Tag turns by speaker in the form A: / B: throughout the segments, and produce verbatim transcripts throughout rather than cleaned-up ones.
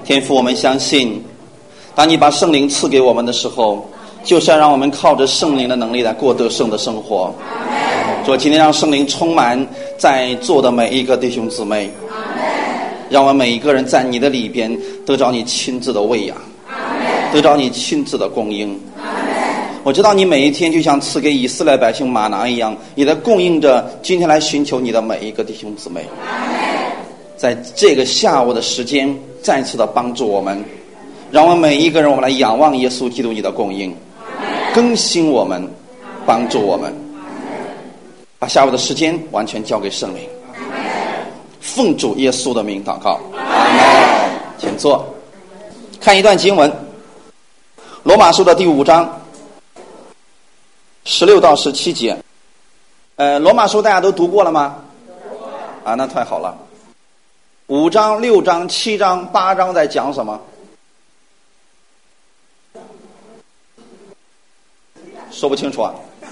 A: 天父，我们相信当你把圣灵赐给我们的时候，就是要让我们靠着圣灵的能力来过得胜的生活。主，今天让圣灵充满在座的每一个弟兄姊妹，让我们每一个人在你的里边得着你亲自的喂养，得着你亲自的供应。我知道你每一天就像赐给以色列百姓玛拿一样，你在供应着今天来寻求你的每一个弟兄姊妹。在这个下午的时间再次的帮助我们，让我们每一个人我们来仰望耶稣基督你的供应，更新我们，帮助我们，把下午的时间完全交给圣灵。奉主耶稣的名祷告，阿门。请坐。看一段经文，罗马书的第五章十六到十七节。呃，罗马书大家都读过了吗？啊，那太好了。五章、六章、七章、八章在讲什么？说不清楚啊。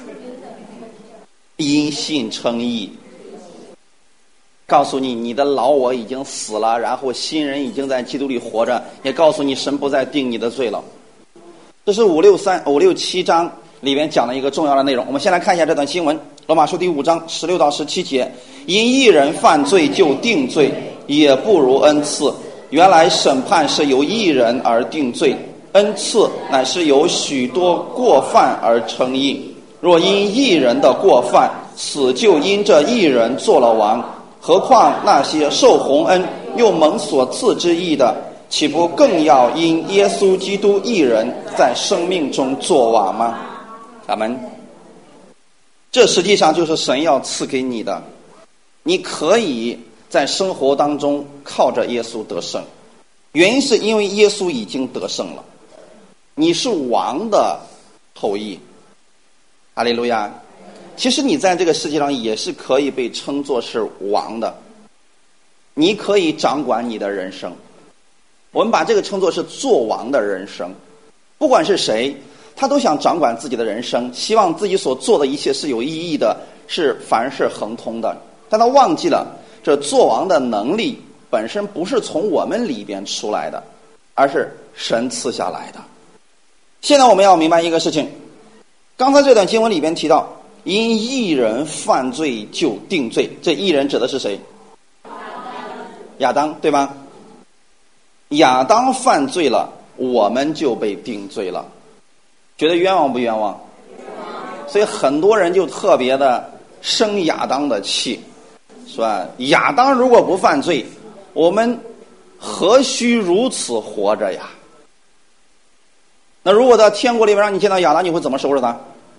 A: 因信称义，告诉你你的老我已经死了，然后新人已经在基督里活着，也告诉你神不再定你的罪了。这是五六三五六七章里面讲了一个重要的内容。我们先来看一下这段经文，罗马书第五章十六到十七节。因一人犯罪就定罪，也不如恩赐。原来审判是由一人而定罪，恩赐乃是由许多过犯而称义。若因一人的过犯，死就因这一人做了王，何况那些受洪恩又蒙所赐之义的，岂不更要因耶稣基督一人在生命中做王吗？阿们。这实际上就是神要赐给你的，你可以在生活当中靠着耶稣得胜，原因是因为耶稣已经得胜了，你是王的后裔。哈利路亚。其实你在这个世界上也是可以被称作是王的，你可以掌管你的人生。我们把这个称作是做王的人生。不管是谁，他都想掌管自己的人生，希望自己所做的一切是有意义的，是凡事亨通的。但他忘记了，这做王的能力本身不是从我们里边出来的，而是神赐下来的。现在我们要明白一个事情，刚才这段经文里边提到，因一人犯罪就定罪，这一人指的是谁？亚当，对吗？亚当犯罪了，我们就被定罪了。觉得冤枉不冤枉？所以很多人就特别的生亚当的气，是吧？亚当如果不犯罪，我们何须如此活着呀？那如果在天国里面让你见到亚当，你会怎么收拾他？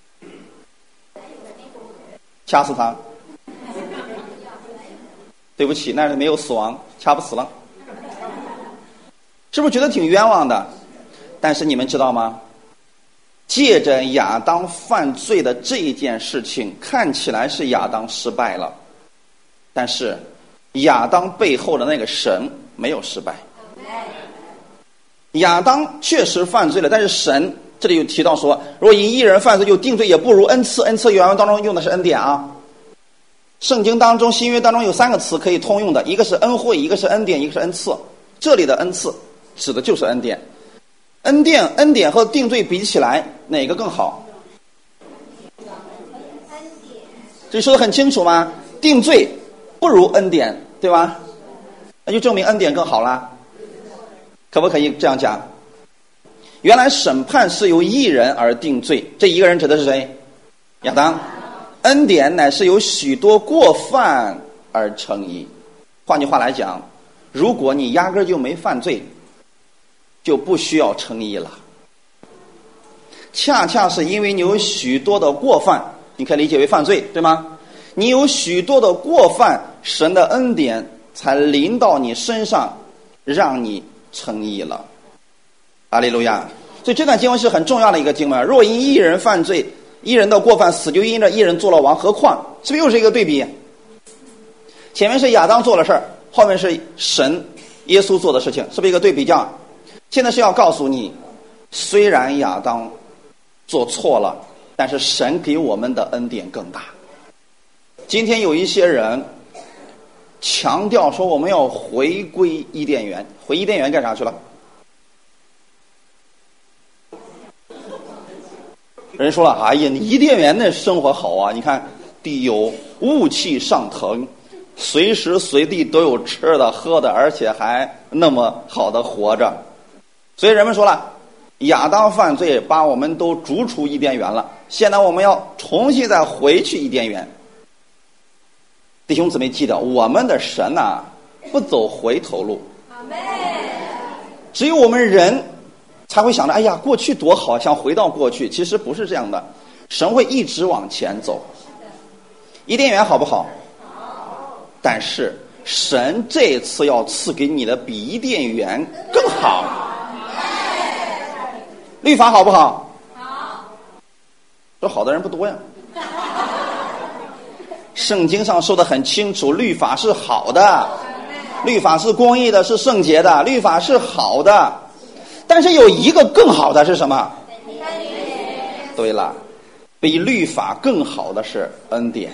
A: 掐死他？对不起，那是没有死亡，掐不死了。是不是觉得挺冤枉的？但是你们知道吗？借着亚当犯罪的这一件事情，看起来是亚当失败了，但是亚当背后的那个神没有失败。亚当确实犯罪了，但是神这里有提到说，如果因一人犯罪就定罪，也不如恩赐。恩赐原文当中用的是恩典啊。圣经当中新约当中有三个词可以通用的，一个是恩惠，一个是恩典，一个是恩赐。这里的恩赐指的就是恩典。恩典恩典和定罪比起来，哪个更好？这说得很清楚吗？定罪不如恩典，对吧？那就证明恩典更好啦。可不可以这样讲？原来审判是由一人而定罪，这一个人指的是谁？亚当。恩典乃是由许多过犯而称义。换句话来讲，如果你压根就没犯罪，就不需要称义了。恰恰是因为你有许多的过犯，你可以理解为犯罪，对吗？你有许多的过犯，神的恩典才临到你身上，让你称义了。哈利路亚。所以这段经文是很重要的一个经文。若因一人犯罪，一人的过犯，死就因着一人做了王，何况是不是又是一个对比？前面是亚当做了事儿，后面是神耶稣做的事情，是不是一个对比较？现在是要告诉你，虽然亚当做错了，但是神给我们的恩典更大。今天有一些人强调说我们要回归伊甸园。回伊甸园干啥去了？人说了，哎呀，你伊甸园那生活好啊，你看地有雾气上腾，随时随地都有吃的喝的，而且还那么好的活着。所以人们说了，亚当犯罪把我们都逐出伊甸园了，现在我们要重新再回去伊甸园。弟兄姊妹记得，我们的神呐、啊、不走回头路，只有我们人才会想着，哎呀，过去多好，想回到过去。其实不是这样的，神会一直往前走。伊甸园好不好？但是神这次要赐给你的比伊甸园更好。律法好不好？好。说好的人不多呀。圣经上说的很清楚，律法是好的，律法是公义的，是圣洁的，律法是好的。但是有一个更好的是什么？对了，比律法更好的是恩典。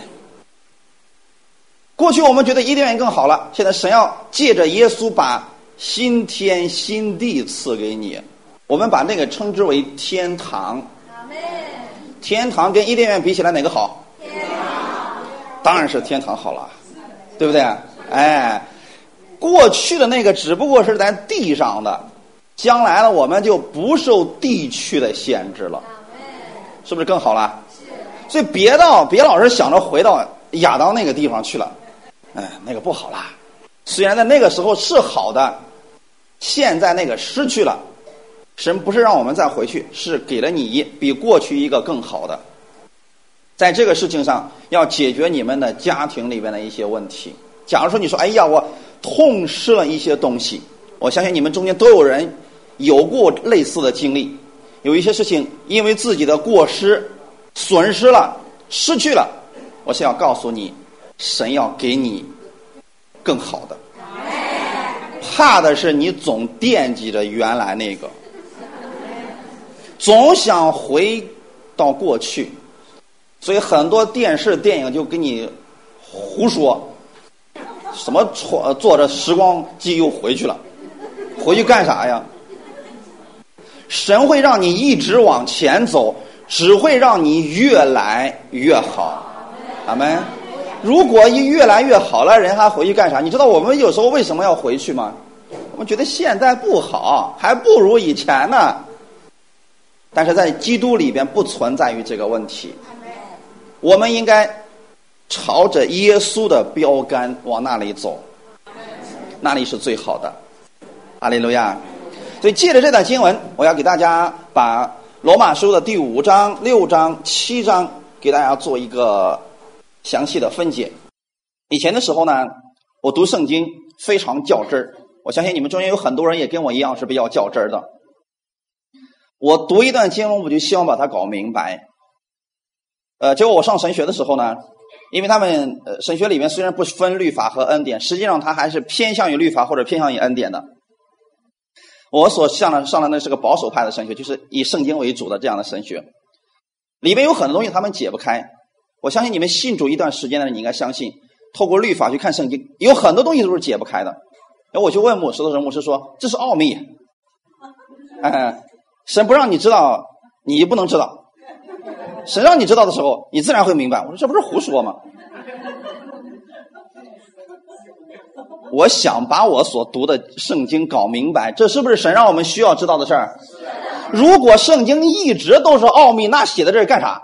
A: 过去我们觉得伊甸园更好了，现在神要借着耶稣把新天新地赐给你，我们把那个称之为天堂。天堂跟伊甸园比起来哪个好？当然是天堂好了，对不对？哎，过去的那个只不过是在地上的，将来呢我们就不受地区的限制了，是不是更好了？所以别到别老是想着回到亚当那个地方去了，哎，那个不好啦。虽然在那个时候是好的，现在那个失去了。神不是让我们再回去，是给了你一比过去一个更好的。在这个事情上要解决你们的家庭里边的一些问题。假如说你说，哎呀，我痛失了一些东西，我相信你们中间都有人有过类似的经历，有一些事情因为自己的过失损失了，失去了。我是要告诉你，神要给你更好的。怕的是你总惦记着原来那个，总想回到过去，所以很多电视电影就给你胡说，什么坐着时光机又回去了，回去干啥呀？神会让你一直往前走，只会让你越来越好。阿们。如果一越来越好了，人还回去干啥？你知道我们有时候为什么要回去吗？我们觉得现在不好，还不如以前呢。但是在基督里边不存在于这个问题，我们应该朝着耶稣的标杆往那里走，那里是最好的。哈利路亚。所以借着这段经文，我要给大家把罗马书的第五章、六章、七章给大家做一个详细的分解。以前的时候呢，我读圣经非常较真儿，我相信你们中间有很多人也跟我一样是比较较真儿的。我读一段经文，我就希望把它搞明白。呃，结果我上神学的时候呢，因为他们呃神学里面虽然不分律法和恩典，实际上它还是偏向于律法或者偏向于恩典的。我所上的上的那是个保守派的神学，就是以圣经为主的这样的神学，里面有很多东西他们解不开。我相信你们信主一段时间的人，你应该相信，透过律法去看圣经，有很多东西都是解不开的。然后我去问牧师的时候，牧师说这是奥秘，哎，神不让你知道，你不能知道；神让你知道的时候，你自然会明白。我说这不是胡说吗？我想把我所读的圣经搞明白，这是不是神让我们需要知道的事儿？如果圣经一直都是奥秘，那写在这儿干啥？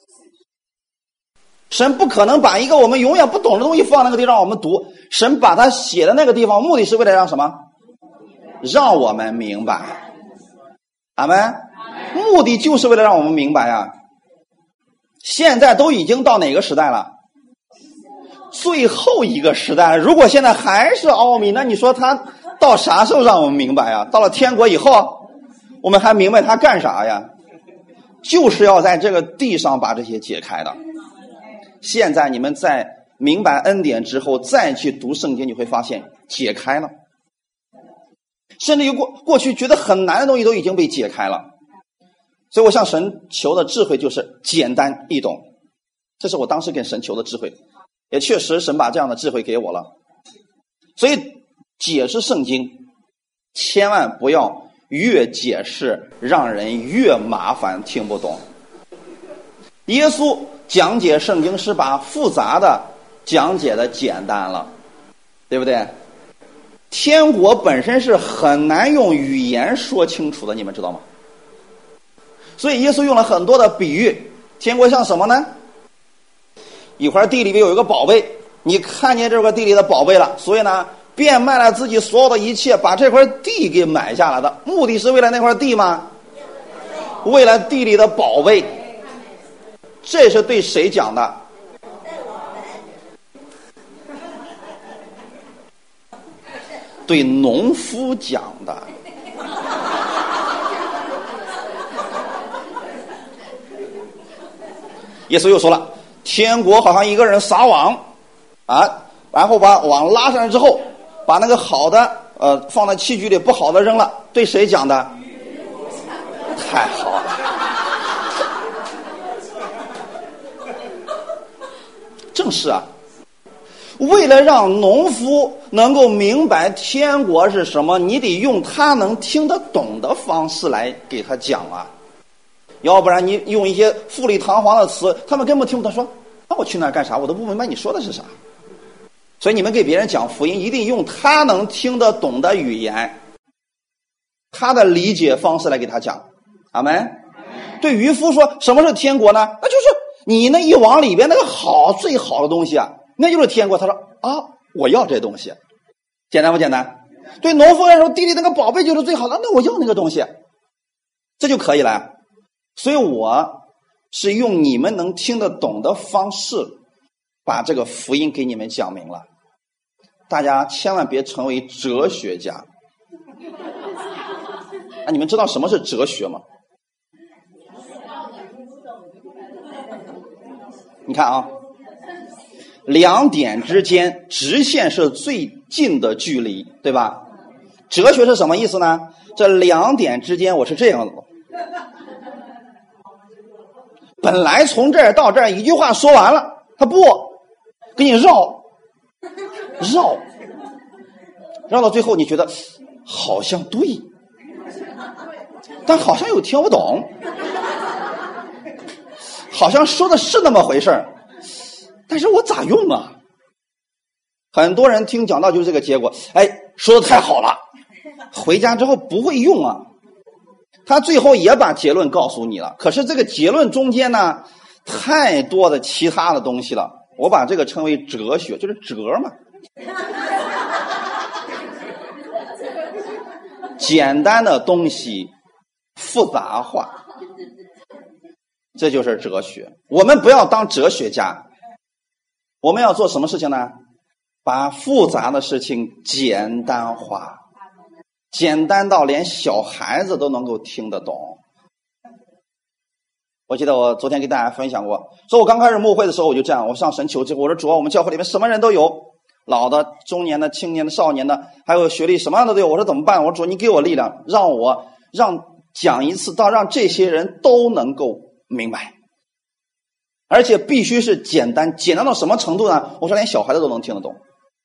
A: 神不可能把一个我们永远不懂的东西放那个地方让我们读，神把它写的那个地方，目的是为了让什么？让我们明白。阿们，目的就是为了让我们明白啊！现在都已经到哪个时代了？最后一个时代了。如果现在还是奥秘，那你说他到啥时候让我们明白啊？到了天国以后，我们还明白他干啥呀？就是要在这个地上把这些解开的。现在你们在明白恩典之后再去读圣经，你会发现解开了，甚至于过过去觉得很难的东西都已经被解开了。所以我向神求的智慧就是简单易懂，这是我当时跟神求的智慧，也确实神把这样的智慧给我了。 所以解释圣经千万不要越解释让人越麻烦听不懂。耶稣讲解圣经是把复杂的讲解的简单了，对不对？天国本身是很难用语言说清楚的，你们知道吗？所以耶稣用了很多的比喻。天国像什么呢？一块地里边有一个宝贝，你看见这块地里的宝贝了，所以呢变卖了自己所有的一切，把这块地给买下来的，目的是为了那块地吗？为了地里的宝贝。这是对谁讲的？对农夫讲的。耶稣又说了，天国好像一个人撒网啊，然后把网拉上来之后，把那个好的呃放在器具里，不好的扔了。对谁讲的？太好了。正是啊，为了让农夫能够明白天国是什么，你得用他能听得懂的方式来给他讲啊，要不然你用一些富丽堂皇的词，他们根本听不懂，说那我去那儿干啥？我都不明白你说的是啥。所以你们给别人讲福音，一定用他能听得懂的语言，他的理解方式来给他讲。阿们。对渔夫说，什么是天国呢？那就是你那一网里边那个好最好的东西啊，那就是天国。他说啊，我要这东西，简单不简单？对农夫来说，地里那个宝贝就是最好的，那我要那个东西，这就可以了。所以我是用你们能听得懂的方式把这个福音给你们讲明了。大家千万别成为哲学家。啊，你们知道什么是哲学吗？你看啊，两点之间直线是最近的距离，对吧？哲学是什么意思呢？这两点之间我是这样的，本来从这儿到这儿一句话说完了，他不给你绕绕绕到最后，你觉得好像对，但好像又听不懂，好像说的是那么回事儿，但是我咋用啊？很多人听讲道就是这个结果，哎，说的太好了，回家之后不会用啊。他最后也把结论告诉你了，可是这个结论中间呢，太多的其他的东西了，我把这个称为哲学，就是哲嘛。简单的东西复杂化，这就是哲学。我们不要当哲学家，我们要做什么事情呢？把复杂的事情简单化，简单到连小孩子都能够听得懂。我记得我昨天给大家分享过，说我刚开始牧会的时候我就这样，我上神求之，我说主啊，我们教会里面什么人都有，老的、中年的、青年的、少年的，还有学历什么样的都有。我说怎么办？我说主，你给我力量，让我让讲一次到让这些人都能够明白，而且必须是简单，简单到什么程度呢？我说连小孩子都能听得懂，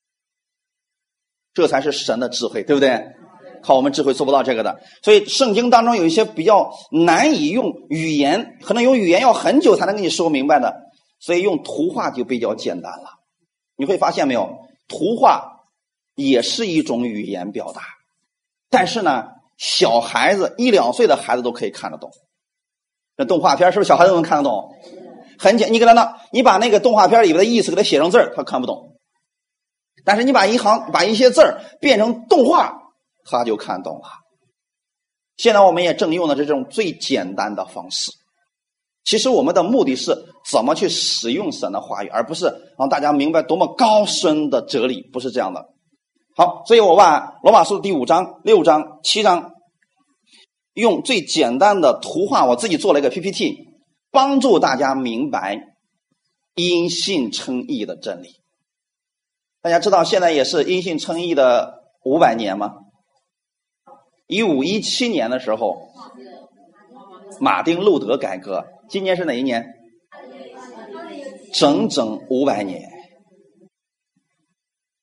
A: 这才是神的智慧，对不对？靠我们智慧做不到这个的。所以圣经当中有一些比较难以用语言，可能用语言要很久才能给你说明白的，所以用图画就比较简单了。你会发现没有，图画也是一种语言表达，但是呢，小孩子一两岁的孩子都可以看得懂。这动画片是不是小孩子都能看得懂？很简，你给他呢，你把那个动画片里面的意思给他写成字儿，他看不懂。但是你把一行把一些字儿变成动画，他就看懂了。现在我们也正用的这种最简单的方式。其实我们的目的是怎么去使用神的话语，而不是让大家明白多么高深的哲理，不是这样的。好，所以我把罗马书的第五章、六章、七章用最简单的图画，我自己做了一个 P P T， 帮助大家明白因信称义的真理。大家知道现在也是因信称义的五百年吗？一五一七年的时候，马丁路德改革，今年是哪一年？整整五百年。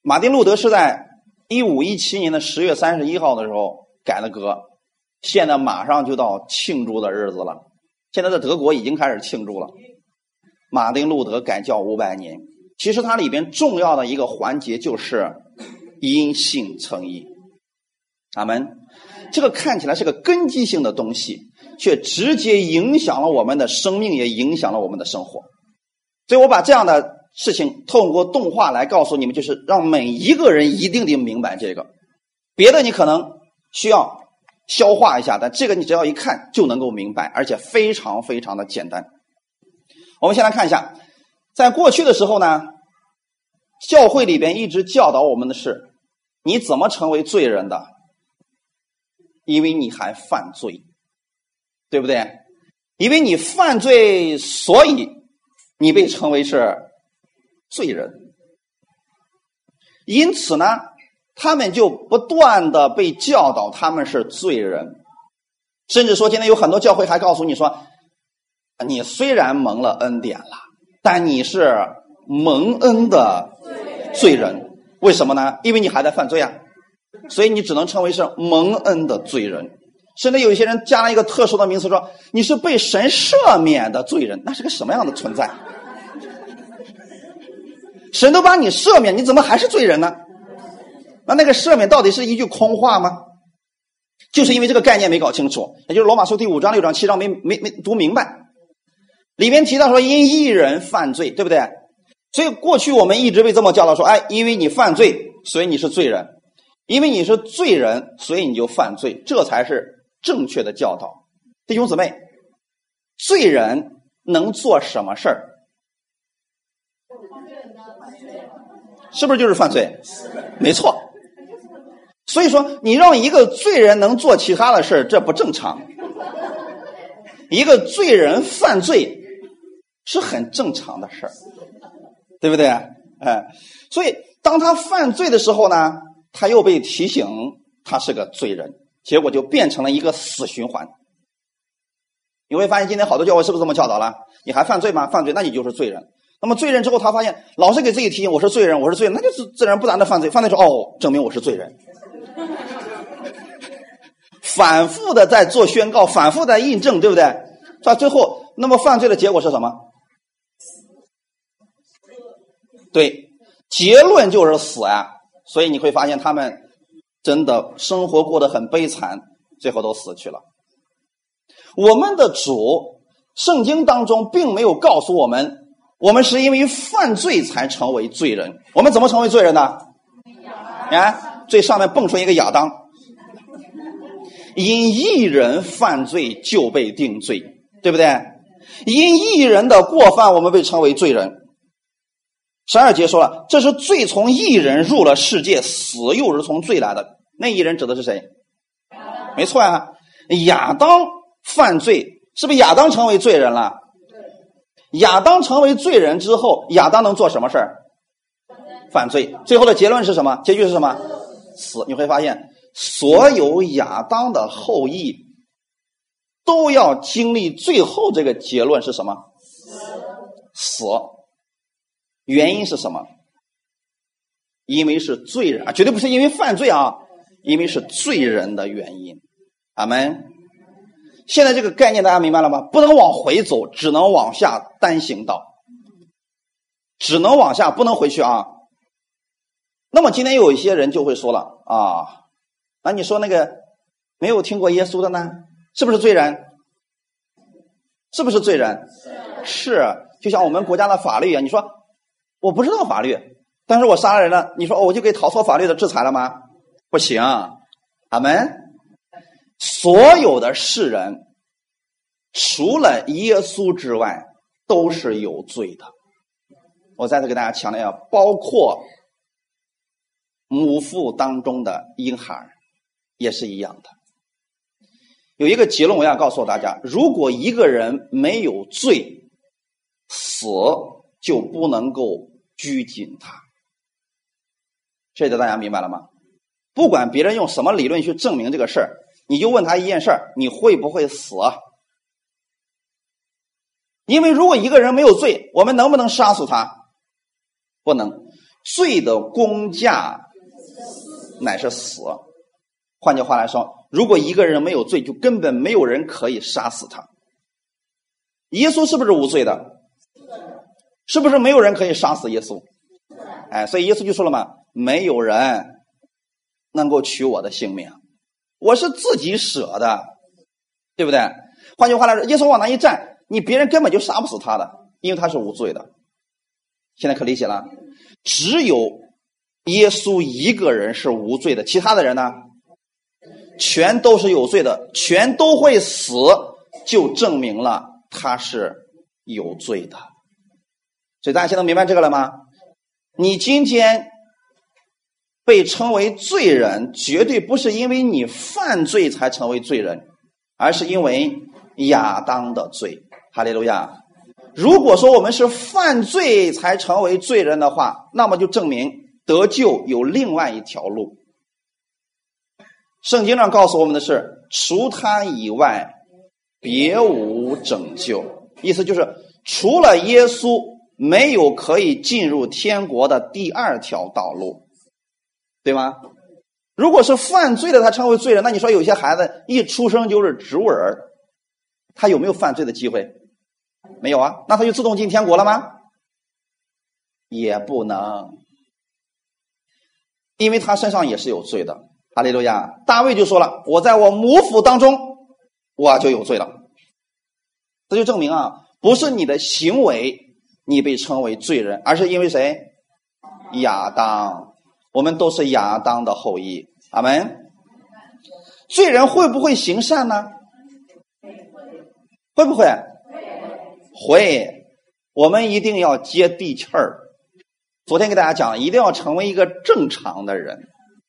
A: 马丁路德是在一五一七年的十月三十一号的时候改了革，现在马上就到庆祝的日子了。现在在德国已经开始庆祝了。马丁路德改教五百年，其实它里边重要的一个环节就是因信称义。阿们。这个看起来是个根基性的东西，却直接影响了我们的生命，也影响了我们的生活。所以我把这样的事情透过动画来告诉你们，就是让每一个人一定得明白这个。别的你可能需要消化一下，但这个你只要一看就能够明白，而且非常非常的简单。我们先来看一下，在过去的时候呢，教会里边一直教导我们的是，你怎么成为罪人的？因为你还犯罪，对不对？因为你犯罪，所以你被称为是罪人。因此呢，他们就不断的被教导他们是罪人，甚至说今天有很多教会还告诉你说，你虽然蒙了恩典了，但你是蒙恩的罪人。为什么呢？因为你还在犯罪啊，所以你只能称为是蒙恩的罪人。甚至有一些人加了一个特殊的名词，说你是被神赦免的罪人。那是个什么样的存在？神都把你赦免，你怎么还是罪人呢？那那个赦免到底是一句空话吗？就是因为这个概念没搞清楚，也就是罗马书第五章六章七章没没没读明白。里面提到说因一人犯罪，对不对？所以过去我们一直被这么教导说，哎，因为你犯罪，所以你是罪人。因为你是罪人，所以你就犯罪，这才是正确的教导。弟兄姊妹，罪人能做什么事儿？是不是就是犯罪？没错。所以说你让一个罪人能做其他的事儿，这不正常。一个罪人犯罪是很正常的事儿，对不对？哎，所以当他犯罪的时候呢，他又被提醒他是个罪人，结果就变成了一个死循环。你会发现今天好多教会是不是这么教导了？你还犯罪吗？犯罪那你就是罪人。那么罪人之后他发现老是给自己提醒我是罪人我是罪人，那就是自然不然的犯罪。犯罪之后哦，证明我是罪人，反复的在做宣告，反复在印证，对不对？到最后那么犯罪的结果是什么？对，结论就是死啊。所以你会发现他们真的生活过得很悲惨，最后都死去了。我们的主圣经当中并没有告诉我们，我们是因为犯罪才成为罪人。我们怎么成为罪人呢？啊，最上面蹦出一个亚当，因一人犯罪就被定罪，对不对？因一人的过犯我们被称为罪人。十二节说了，这是罪从一人入了世界，死又是从罪来的。那一人指的是谁？没错啊，亚当犯罪，是不是亚当成为罪人了？亚当成为罪人之后，亚当能做什么事儿？犯罪。最后的结论是什么？结局是什么？死。你会发现所有亚当的后裔都要经历最后这个结论是什么？死。原因是什么？因为是罪人啊，绝对不是因为犯罪啊，因为是罪人的原因。阿们。现在这个概念大家明白了吗？不能往回走，只能往下单行道，只能往下，不能回去啊。那么今天有一些人就会说了啊，那你说那个没有听过耶稣的呢，是不是罪人？是不是罪人？是，就像我们国家的法律啊，你说我不知道法律，但是我杀了人了，你说、哦、我就可以逃脱法律的制裁了吗？不行。阿们。所有的世人除了耶稣之外都是有罪的。我再次给大家强调，包括母腹当中的婴孩也是一样的。有一个结论我要告诉大家，如果一个人没有罪，死就不能够拘谨他。这个大家明白了吗？不管别人用什么理论去证明这个事儿，你就问他一件事儿，你会不会死？因为如果一个人没有罪，我们能不能杀死他？不能。 罪的工价乃是死。换句话来说，如果一个人没有罪，就根本没有人可以杀死他。耶稣是不是无罪的？是不是没有人可以杀死耶稣？哎，所以耶稣就说了嘛，没有人能够取我的性命，我是自己舍的，对不对？换句话来说，耶稣往那一站，你别人根本就杀不死他的，因为他是无罪的。现在可理解了？只有耶稣一个人是无罪的，其他的人呢，全都是有罪的，全都会死，就证明了他是有罪的。所以大家现在明白这个了吗？你今天被称为罪人，绝对不是因为你犯罪才成为罪人，而是因为亚当的罪。哈利路亚！如果说我们是犯罪才成为罪人的话，那么就证明得救有另外一条路。圣经上告诉我们的是，除他以外别无拯救。意思就是除了耶稣，没有可以进入天国的第二条道路，对吗？如果是犯罪的他成为罪人，那你说有些孩子一出生就是植物人，他有没有犯罪的机会？没有啊，那他就自动进天国了吗？也不能，因为他身上也是有罪的。哈利路亚！大卫就说了，我在我母腹当中我就有罪了。这就证明啊，不是你的行为你被称为罪人，而是因为谁？亚当。我们都是亚当的后裔。阿们。罪人会不会行善呢？会不会？会。我们一定要接地气儿。昨天给大家讲，一定要成为一个正常的人。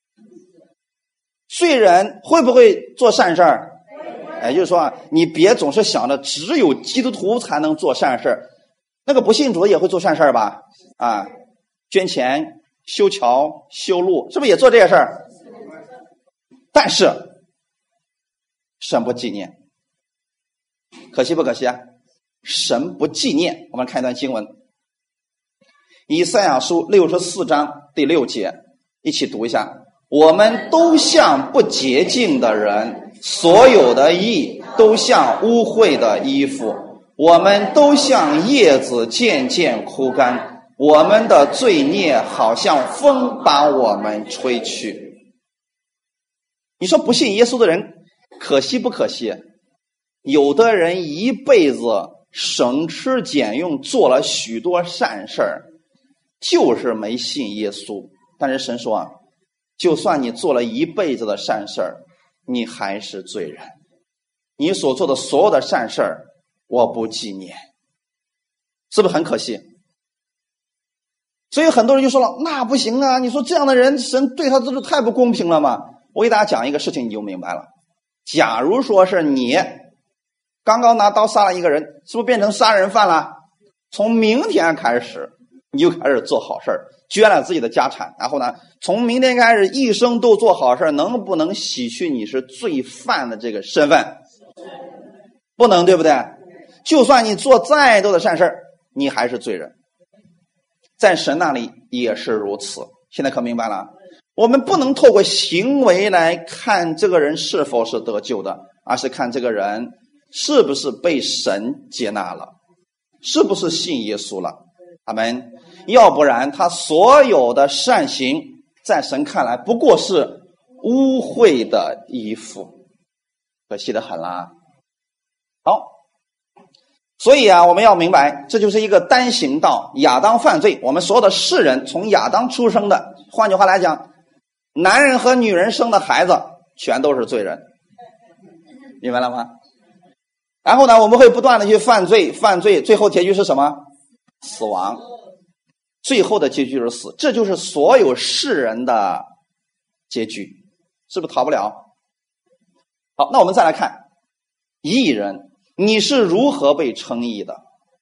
A: 罪人会不会做善事儿？哎，就是说啊，你别总是想着只有基督徒才能做善事，那个不信主也会做善事吧？啊，捐钱、修桥、修路，是不是也做这些事儿？但是神不纪念，可惜不可惜啊？神不纪念。我们看一段经文，以赛亚书六十四章第六节，一起读一下。我们都像不洁净的人，所有的义都像污秽的衣服，我们都像叶子渐渐枯干，我们的罪孽好像风把我们吹去。你说不信耶稣的人可惜不可惜？有的人一辈子省吃俭用做了许多善事儿，就是没信耶稣。但是神说啊，就算你做了一辈子的善事儿，你还是罪人。你所做的所有的善事儿，我不纪念，是不是很可惜？所以很多人就说了，那不行啊！你说这样的人，神对他这是太不公平了吗？我给大家讲一个事情，你就明白了。假如说是你刚刚拿刀杀了一个人，是不是变成杀人犯了？从明天开始，你就开始做好事儿，捐了自己的家产，然后呢，从明天开始一生都做好事，能不能洗去你是罪犯的这个身份？不能，对不对？就算你做再多的善事，你还是罪人，在神那里也是如此。现在可明白了？我们不能透过行为来看这个人是否是得救的，而是看这个人是不是被神接纳了，是不是信耶稣了。阿们。要不然他所有的善行在神看来不过是污秽的衣服，可惜得很啦。好，所以啊，我们要明白，这就是一个单行道。亚当犯罪，我们所有的世人从亚当出生的，换句话来讲，男人和女人生的孩子全都是罪人，明白了吗？然后呢，我们会不断的去犯罪犯罪，最后结局是什么？死亡。最后的结局是死，这就是所有世人的结局，是不是逃不了？好，那我们再来看义人，你是如何被称义的？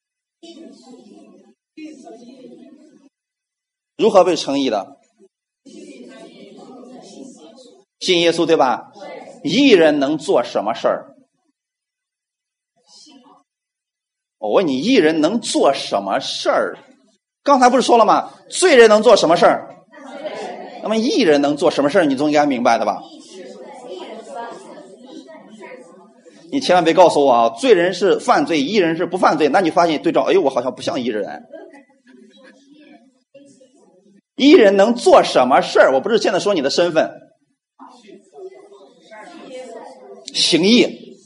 A: 如何被称义的？信耶稣，对吧？义人能做什么事儿？我问你，义人能做什么事儿？ 刚才不是说了吗？罪人能做什么事儿？那么义人能做什么事儿？你总应该明白的吧？你千万别告诉我啊，罪人是犯罪，义人是不犯罪。那你发现对照，哎呦，我好像不像义人。义人能做什么事儿？我不是现在说你的身份，行义。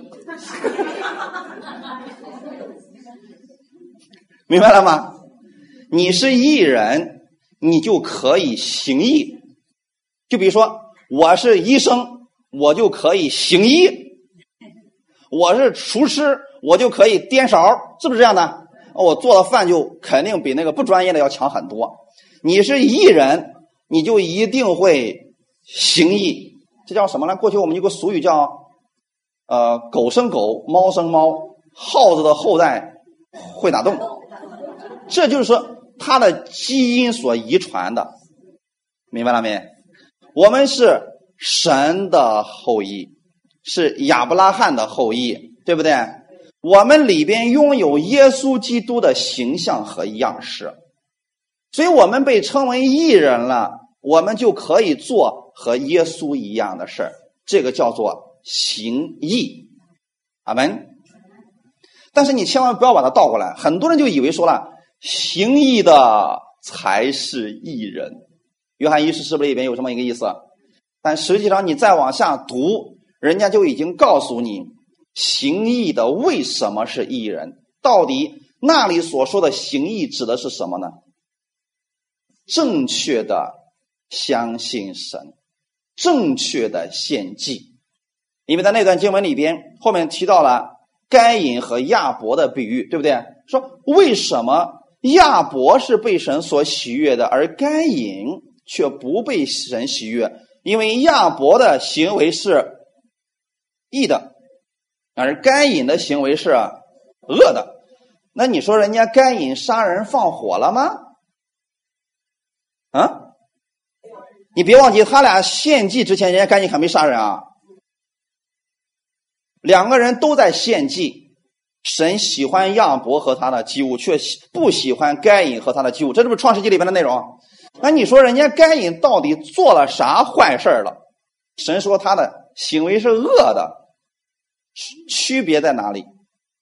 A: 明白了吗？你是义人，你就可以行义。就比如说，我是医生，我就可以行医；我是厨师，我就可以颠勺，是不是这样的？我做的饭就肯定比那个不专业的要强很多。你是义人，你就一定会行义。这叫什么呢？过去我们有个俗语叫呃，狗生狗，猫生猫，耗子的后代会打洞。这就是说它的基因所遗传的，明白了没？我们是神的后裔，是亚伯拉罕的后裔，对不对？我们里边拥有耶稣基督的形象和样式，所以我们被称为义人了，我们就可以做和耶稣一样的事儿，这个叫做行义。阿们。但是你千万不要把它倒过来，很多人就以为说了，行义的才是义人。约翰一书是不是里边有这么一个意思？但实际上你再往下读，人家就已经告诉你，行义的为什么是义人？到底那里所说的行义指的是什么呢？正确的相信神，正确的献祭。因为在那段经文里边后面提到了该隐和亚伯的比喻，对不对？说为什么亚伯是被神所喜悦的，而该隐却不被神喜悦？因为亚伯的行为是义的，而该隐的行为是恶的。那你说人家该隐杀人放火了吗？啊？你别忘记他俩献祭之前人家该隐可没杀人啊。两个人都在献祭，神喜欢亚伯和他的祭物，却不喜欢该隐和他的祭物，这是不是创世纪里面的内容？那你说人家该隐到底做了啥坏事了？神说他的行为是恶的，区别在哪里？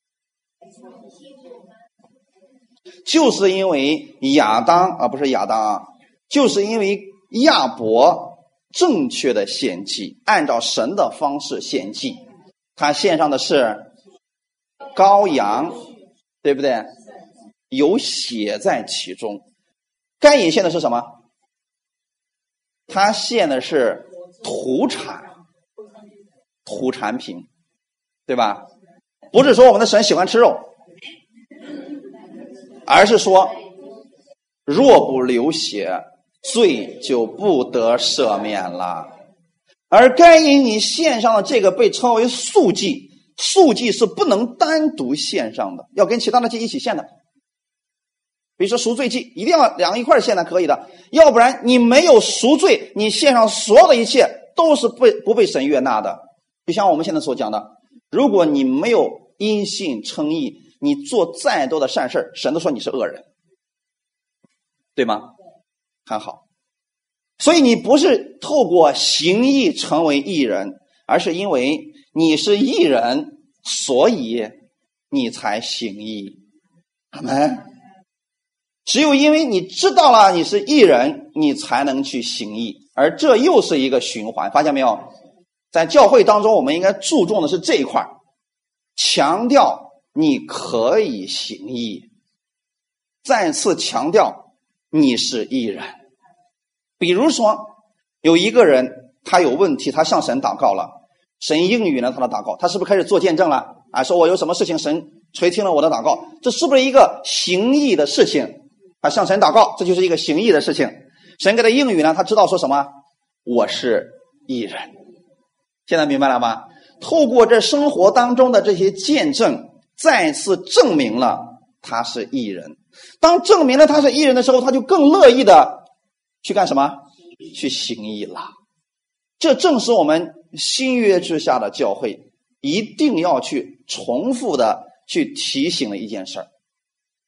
A: 就是因为亚当啊，不是亚当啊，就是因为亚伯正确的献祭，按照神的方式献祭，他献上的是羔羊，对不对？有血在其中。该隐献的是什么？他献的是土产，土产品，对吧？不是说我们的神喜欢吃肉，而是说若不流血，罪就不得赦免了。而该隐你献上的这个被称为素祭，素祭是不能单独献上的，要跟其他的祭一起献的。比如说赎罪祭，一定要两个一块献才可以的，要不然你没有赎罪，你献上所有的一切都是被不被神悦纳的。就像我们现在所讲的，如果你没有因信称义，你做再多的善事，神都说你是恶人，对吗？很好。所以你不是透过行义成为义人，而是因为你是义人，所以你才行义。阿们。只有因为你知道了你是义人，你才能去行义，而这又是一个循环，发现没有？在教会当中，我们应该注重的是这一块，强调你可以行义，再次强调你是义人。比如说有一个人他有问题，他向神祷告了，神应允了他的祷告，他是不是开始做见证了啊？说我有什么事情神垂听了我的祷告，这是不是一个行义的事情啊？向神祷告，这就是一个行义的事情。神给他应允了，他知道说什么？我是义人。现在明白了吗？透过这生活当中的这些见证，再次证明了他是义人。当证明了他是义人的时候，他就更乐意的去干什么？去行义了。这正是我们新约之下的教会一定要去重复的去提醒的一件事儿。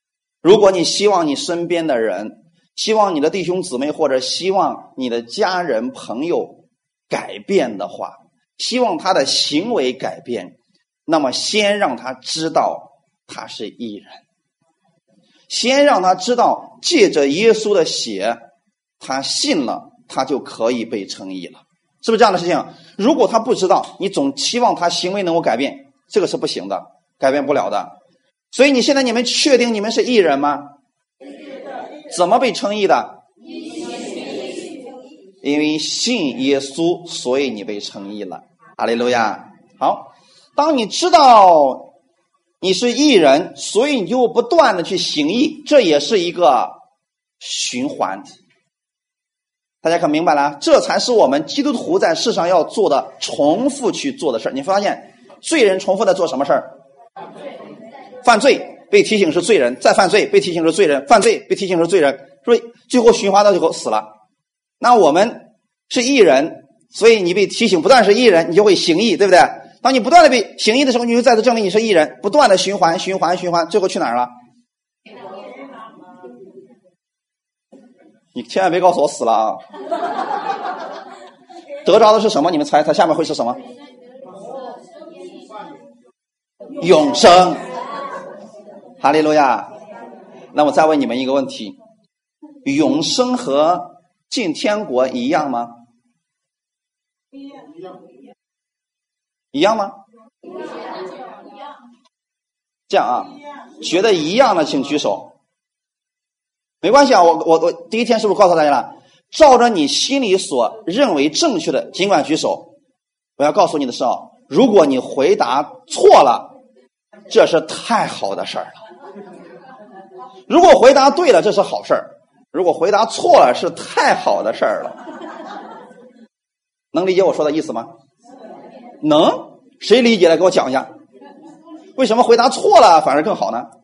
A: 如果你希望你身边的人，希望你的弟兄姊妹，或者希望你的家人朋友改变的话，希望他的行为改变，那么先让他知道他是义人，先让他知道借着耶稣的血，他信了，他就可以被称义了，是不是这样的事情？如果他不知道，你总期望他行为能够改变，这个是不行的，改变不了的。所以你现在你们确定你们是义人吗？怎么被称义的？因为信耶稣，所以你被称义了。哈利路亚。好，当你知道你是义人，所以你就不断的去行义，这也是一个循环。大家可明白了？这才是我们基督徒在世上要做的，重复去做的事儿。你发现罪人重复的做什么事儿？犯罪，被提醒是罪人，再犯罪，被提醒是罪人，犯罪，被提醒是罪人，所以最后循环到最后死了。那我们是义人，所以你被提醒不断是义人，你就会行义，对不对？当你不断的被行义的时候，你就再次证明你是义人，不断的循环循环循环，最后去哪儿了？你千万别告诉我死了啊！得着的是什么？你们猜猜下面会是什么？永生。哈利路亚。那我再问你们一个问题，永生和进天国一样吗？一样吗？这样啊，觉得一样的请举手。没关系啊，我我我第一天是不是告诉大家了？照着你心里所认为正确的，尽管举手。我要告诉你的是啊，如果你回答错了，这是太好的事儿了；如果回答对了，这是好事儿；如果回答错了，是太好的事儿了。能理解我说的意思吗？能？谁理解了？给我讲一下，为什么回答错了反而更好呢？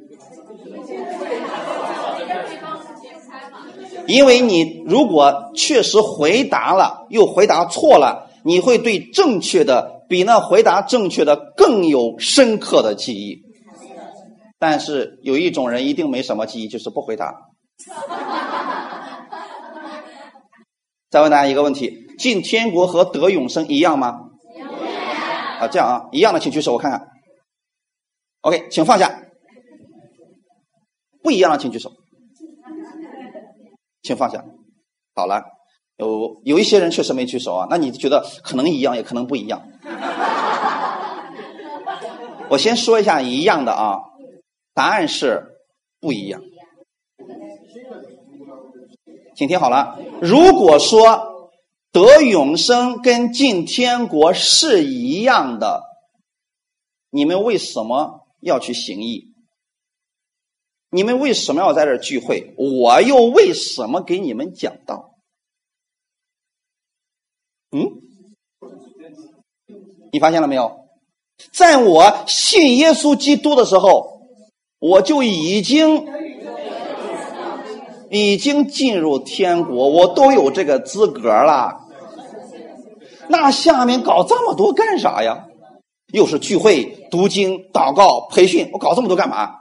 A: 因为你如果确实回答了又回答错了，你会对正确的比那回答正确的更有深刻的记忆。但是有一种人一定没什么记忆，就是不回答。再问大家一个问题，进天国和得永生一样吗？啊，这样啊，一样的请举手我看看。 OK， 请放下。不一样的请举手，请放下。好了，有有一些人确实没举手啊，那你觉得可能一样也可能不一样。我先说一下一样的啊，答案是不一样。请听好了，如果说得永生跟进天国是一样的，你们为什么要去行义？你们为什么要在这儿聚会？我又为什么给你们讲道？嗯，你发现了没有？在我信耶稣基督的时候，我就已经已经进入天国，我都有这个资格了。那下面搞这么多干啥呀？又是聚会、读经、祷告、培训，我搞这么多干嘛？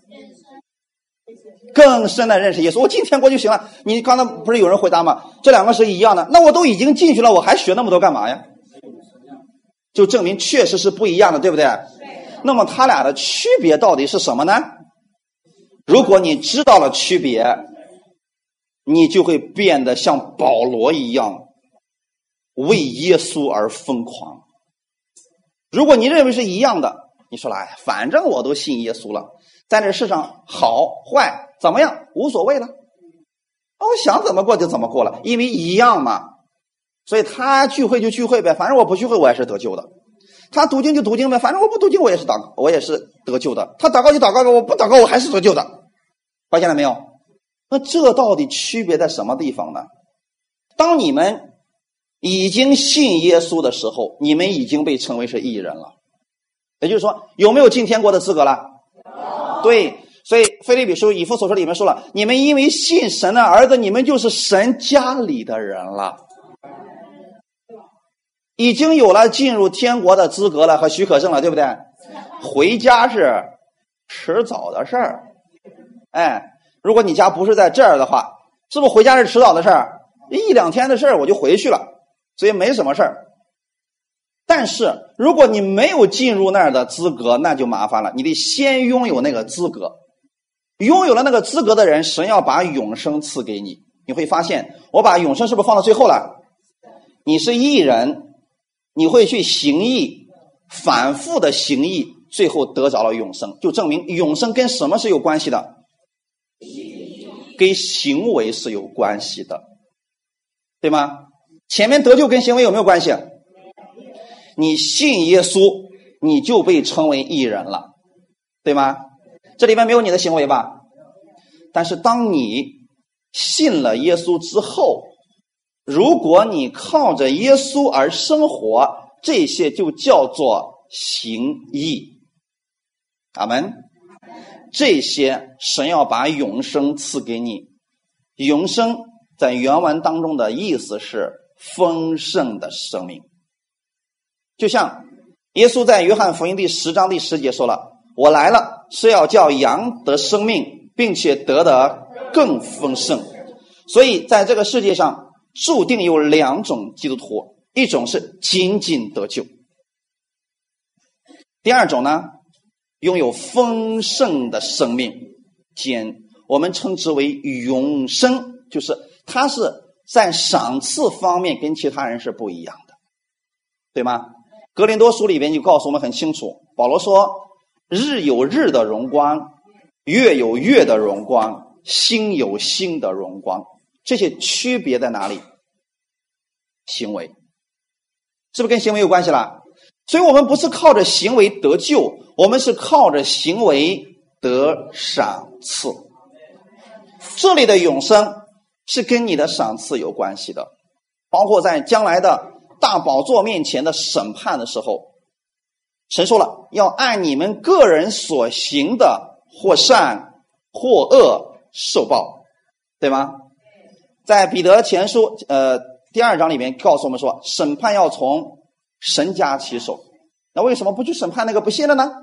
A: 更深的认识耶稣，我进天国就行了。你刚才不是有人回答吗？这两个是一样的，那我都已经进去了，我还学那么多干嘛呀？就证明确实是不一样的，对不对？那么他俩的区别到底是什么呢？如果你知道了区别，你就会变得像保罗一样为耶稣而疯狂。如果你认为是一样的，你说了，哎，反正我都信耶稣了，在这世上好坏怎么样无所谓了，我想怎么过就怎么过了，因为一样嘛。所以他聚会就聚会呗，反正我不聚会我也是得救的。他读经就读经呗，反正我不读经我也是祷我也是得救的。他祷告就祷告，我不祷告我还是得救的。发现了没有？那这到底区别在什么地方呢？当你们已经信耶稣的时候，你们已经被称为是义人了。也就是说，有没有进天国的资格了？对，所以腓立比书以弗所说里面说了，你们因为信神的儿子，你们就是神家里的人了，已经有了进入天国的资格了和许可证了，对不对？回家是迟早的事儿哎，如果你家不是在这儿的话，是不是回家是迟早的事儿？一两天的事儿我就回去了，所以没什么事儿。但是如果你没有进入那儿的资格，那就麻烦了，你得先拥有那个资格。拥有了那个资格的人，神要把永生赐给你。你会发现，我把永生是不是放到最后了？你是义人，你会去行义，反复的行义，最后得着了永生，就证明永生跟什么是有关系的？跟行为是有关系的，对吗？前面得救跟行为有没有关系？你信耶稣，你就被称为义人了，对吗？这里面没有你的行为吧？但是当你信了耶稣之后，如果你靠着耶稣而生活，这些就叫做行义。阿们。这些神要把永生赐给你。永生在原文当中的意思是丰盛的生命。就像耶稣在约翰福音第十章第十节说了，我来了是要叫羊得生命，并且得的更丰盛。所以在这个世界上注定有两种基督徒，一种是仅仅得救，第二种呢，拥有丰盛的生命，兼我们称之为永生，就是它是在赏赐方面跟其他人是不一样的，对吗？哥林多书里边就告诉我们很清楚，保罗说日有日的荣光，月有月的荣光，星有星的荣光，这些区别在哪里？行为。是不是跟行为有关系了？所以我们不是靠着行为得救，我们是靠着行为得赏赐。这里的永生是跟你的赏赐有关系的，包括在将来的大宝座面前的审判的时候，神说了要按你们个人所行的或善或恶受报，对吗？在彼得前书呃第二章里面告诉我们说，审判要从神家起手。那为什么不去审判那个不信的呢？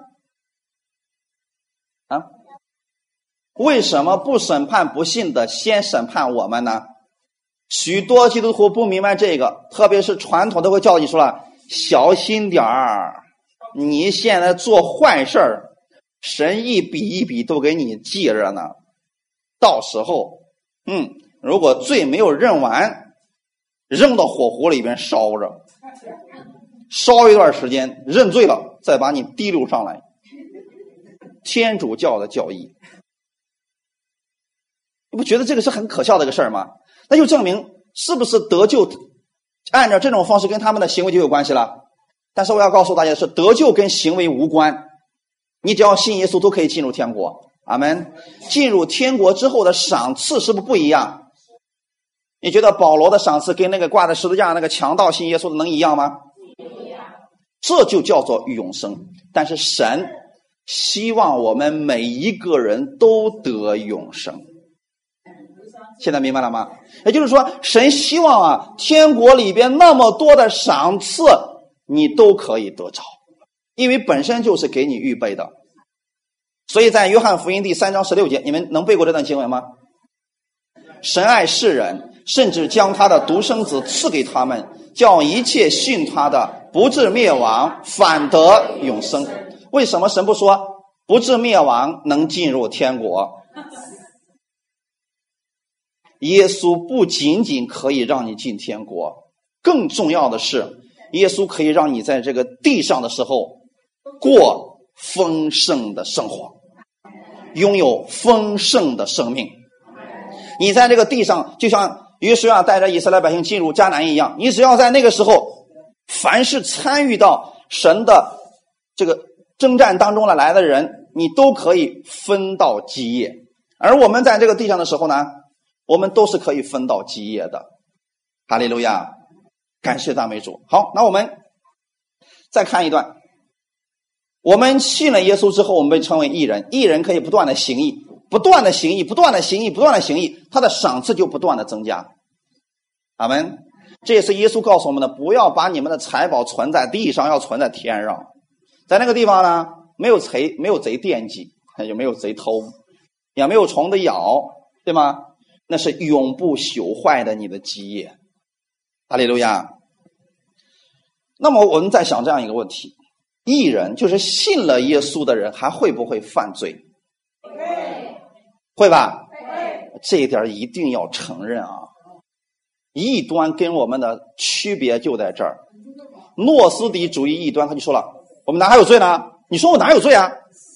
A: 啊？为什么不审判不信的，先审判我们呢？许多基督徒不明白这个，特别是传统都会教你说了，小心点儿，你现在做坏事儿，神一笔一笔都给你记着呢。到时候，嗯，如果罪没有认完，扔到火湖里边烧着，烧一段时间，认罪了，再把你提溜上来。天主教的教义，你不觉得这个是很可笑的一个事儿吗？那就证明是不是得救按照这种方式跟他们的行为就有关系了。但是我要告诉大家的是，得救跟行为无关，你只要信耶稣都可以进入天国。阿们。进入天国之后的赏赐是不是不一样？你觉得保罗的赏赐跟那个挂在十字架上那个强盗信耶稣的能一样吗？不一样。这就叫做永生。但是神希望我们每一个人都得永生。现在明白了吗？也就是说，神希望啊，天国里边那么多的赏赐你都可以得着，因为本身就是给你预备的。所以在约翰福音第三章十六节，你们能背过这段经文吗？神爱世人，甚至将他的独生子赐给他们，叫一切信他的不至灭亡，反得永生。为什么神不说不至灭亡能进入天国？耶稣不仅仅可以让你进天国，更重要的是耶稣可以让你在这个地上的时候过丰盛的生活，拥有丰盛的生命。你在这个地上就像约书亚带着以色列百姓进入迦南一样，你只要在那个时候凡是参与到神的这个征战当中来的人，你都可以分到基业。而我们在这个地上的时候呢，我们都是可以分到基业的。哈利路亚，感谢赞美主。好，那我们再看一段。我们信了耶稣之后，我们被称为义人。义人可以不断的行义，不断的行义，不断的行义，不断的行义，他的赏赐就不断的增加。阿们。这也是耶稣告诉我们的，不要把你们的财宝存在地上，要存在天上。在那个地方呢，没有贼，没有贼惦记，也没有贼偷。 也没有虫子咬，对吗？那是永不朽坏的你的基业。哈利路亚。那么我们在想这样一个问题，义人就是信了耶稣的人还会不会犯罪？会，会吧？会。这一点一定要承认啊。异端跟我们的区别就在这儿。诺斯底主义异端他就说了，我们哪还有罪呢？你说我哪有罪啊？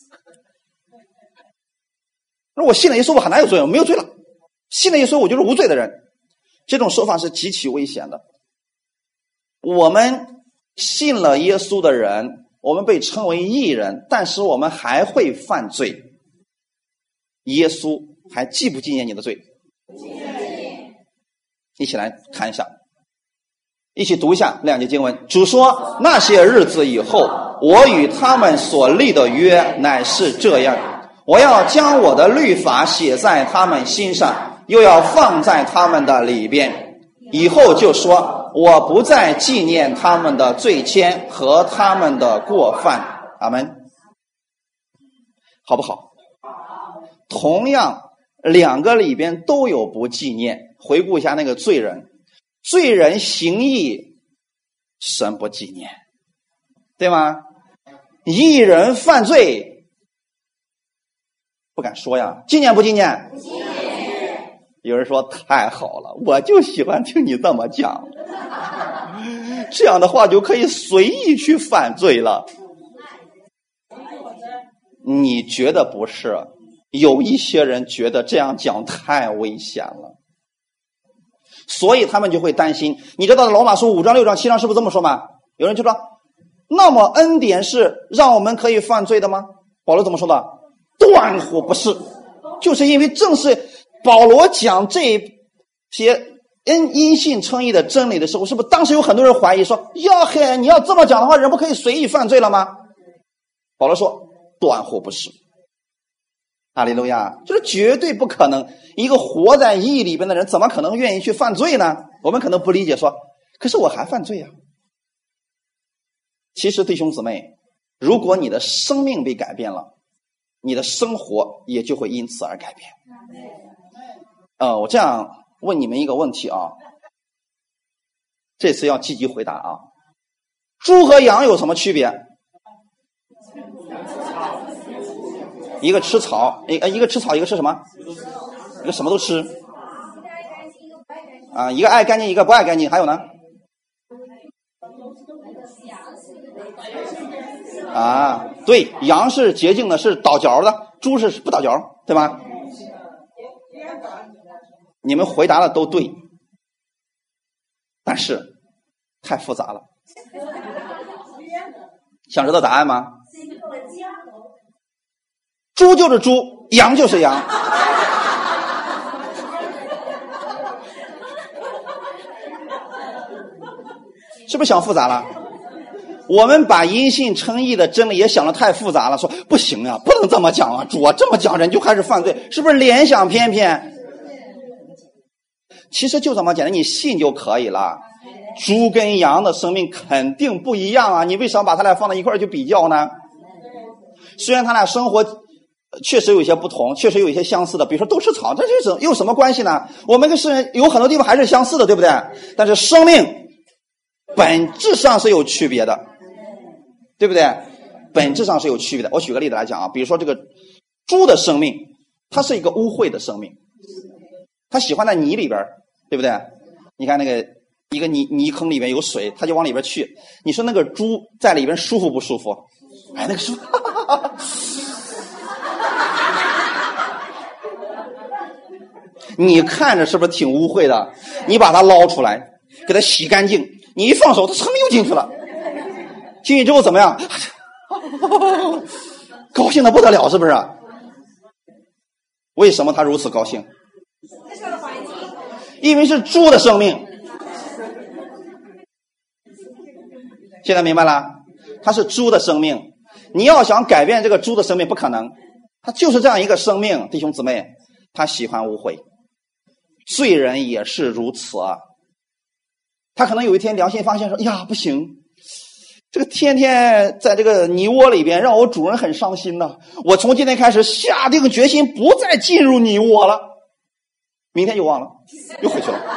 A: 那我信了耶稣我还哪有罪？我没有罪了，信了耶稣我就是无罪的人。这种说法是极其危险的。我们信了耶稣的人，我们被称为义人，但是我们还会犯罪。耶稣还纪不纪念你的罪？一起来看一下，一起读一下两节经文。主说，那些日子以后，我与他们所立的约乃是这样，我要将我的律法写在他们心上，又要放在他们的里边。以后就说，我不再纪念他们的罪愆和他们的过犯。阿们，好不好？同样两个里边都有不纪念。回顾一下那个罪人，罪人行义，神不纪念，对吗？义人犯罪，不敢说呀，纪念不纪念？纪念。有人说太好了，我就喜欢听你这么讲，这样的话就可以随意去犯罪了。你觉得不是？有一些人觉得这样讲太危险了，所以他们就会担心。你知道罗马书五章六章七章是不是这么说吗？有人就说，那么恩典是让我们可以犯罪的吗？保罗怎么说的？断乎不是。就是因为正是保罗讲这些因因信称义的真理的时候，是不是当时有很多人怀疑说，呀嘿，你要这么讲的话，人不可以随意犯罪了吗？保罗说，断乎不是。哈利路亚，就是绝对不可能。一个活在义里边的人，怎么可能愿意去犯罪呢？我们可能不理解说，可是我还犯罪啊。其实弟兄姊妹，如果你的生命被改变了，你的生活也就会因此而改变。呃，我这样问你们一个问题啊，这次要积极回答啊。猪和羊有什么区别？一个吃草，一一个吃草，一个吃什么？一个什么都吃。啊，一个爱干净，一个不爱干净，还有呢？啊，对，羊是洁净的，是倒嚼的，猪是不倒嚼，对吧？你们回答的都对，但是太复杂了。想知道答案吗？猪就是猪，羊就是羊。是不是想复杂了？我们把因信称义的真理也想得太复杂了，说不行啊，不能这么讲啊，主啊，这么讲人就开始犯罪，是不是联想偏偏？其实就这么简单，你信就可以了。猪跟羊的生命肯定不一样啊，你为什么把它俩放在一块儿去比较呢？虽然他俩生活确实有一些不同，确实有一些相似的，比如说都吃草，这就是有什么关系呢？我们跟世人有很多地方还是相似的，对不对？但是生命本质上是有区别的，对不对？本质上是有区别的。我举个例子来讲啊，比如说这个猪的生命，它是一个污秽的生命，它喜欢在泥里边，对不对？你看那个一个泥泥坑里面有水，它就往里边去，你说那个猪在里边舒服不舒服？哎，那个舒服。你看着是不是挺污秽的？你把它捞出来，给它洗干净，你一放手，它噌又进去了。进去之后怎么样？高兴的不得了，是不是？为什么他如此高兴？因为是猪的生命。现在明白了？它是猪的生命，你要想改变这个猪的生命不可能，它就是这样一个生命。弟兄姊妹，他喜欢污秽，罪人也是如此啊。他可能有一天良心发现说，呀不行， 这个天天在这个泥窝里边，让我主人很伤心呐。我从今天开始下定决心，不再进入泥窝了。明天就忘了，又回去了。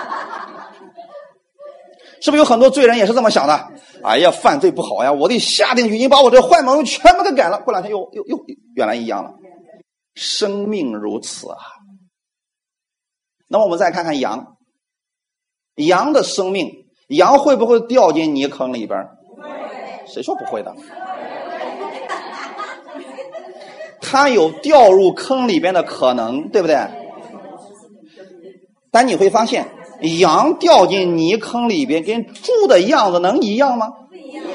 A: 是不是有很多罪人也是这么想的？哎呀，犯罪不好呀，我得下定决心把我这坏毛病全部给改了。过两天又又又原来一样了。生命如此啊。那么我们再看看羊，羊的生命，羊会不会掉进泥坑里边？谁说不会的？它有掉入坑里边的可能，对不对？但你会发现，羊掉进泥坑里边跟猪的样子能一样吗？不一样。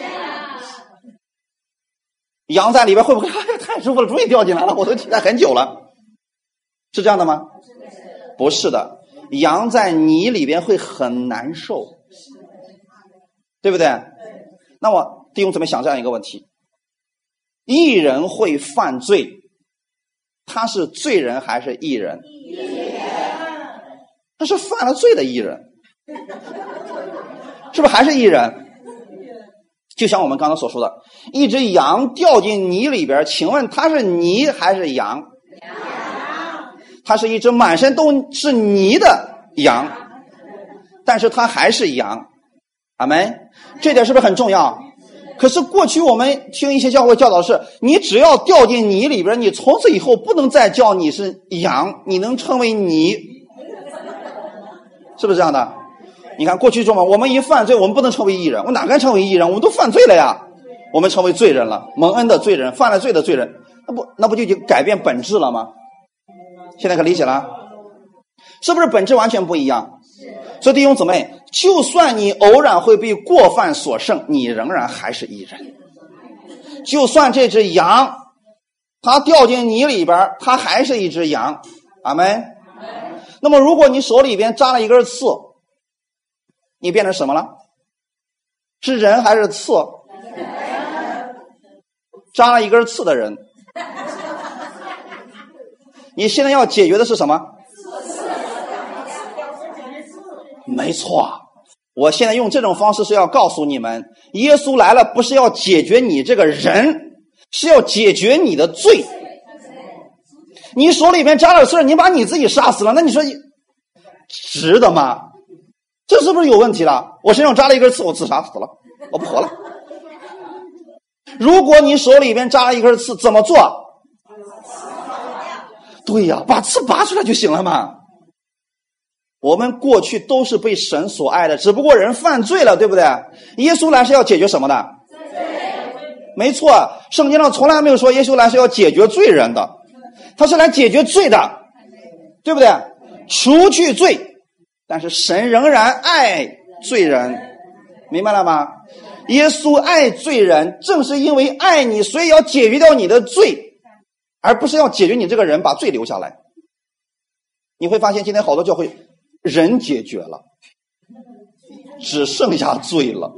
A: 羊在里边会不会哎呀太舒服了，终于掉进来了，我都期待很久了，是这样的吗？不是的，羊在泥里边会很难受，对不对？那么弟兄姊妹想这样一个问题，义人会犯罪，他是罪人还是义人？义人。他是犯了罪的义人，是不是还是义人？就像我们刚才所说的，一只羊掉进泥里边，请问它是泥还是羊？羊。它是一只满身都是泥的羊，但是它还是羊。阿们，这点是不是很重要？可是过去我们听一些教会教导是，你只要掉进泥里边，你从此以后不能再叫你是羊，你能称为泥，是不是这样的？你看过去说嘛，我们一犯罪我们不能成为义人，我哪敢成为义人？我们都犯罪了呀，我们成为罪人了，蒙恩的罪人，犯了罪的罪人，那不那不就已经改变本质了吗？现在可理解了？是不是本质完全不一样？所以弟兄姊妹，就算你偶然会被过犯所胜，你仍然还是义人。就算这只羊它掉进泥里边，它还是一只羊。阿们。那么如果你手里边扎了一根刺，你变成什么了？是人还是刺？扎了一根刺的人。你现在要解决的是什么？没错，我现在用这种方式是要告诉你们，耶稣来了不是要解决你这个人，是要解决你的罪。你手里边扎了刺，你把你自己杀死了，那你说值得吗？这是不是有问题了？我身上扎了一根刺，我自杀死了，我不活了。如果你手里边扎了一根刺，怎么做？对呀，把刺拔出来就行了嘛。我们过去都是被神所爱的，只不过人犯罪了，对不对？耶稣来是要解决什么的？没错，圣经上从来没有说耶稣来是要解决罪人的，他是来解决罪的，对不对？除去罪，但是神仍然爱罪人，明白了吗？耶稣爱罪人，正是因为爱你，所以要解决掉你的罪，而不是要解决你这个人，把罪留下来。你会发现今天好多教会人解决了，只剩下罪了。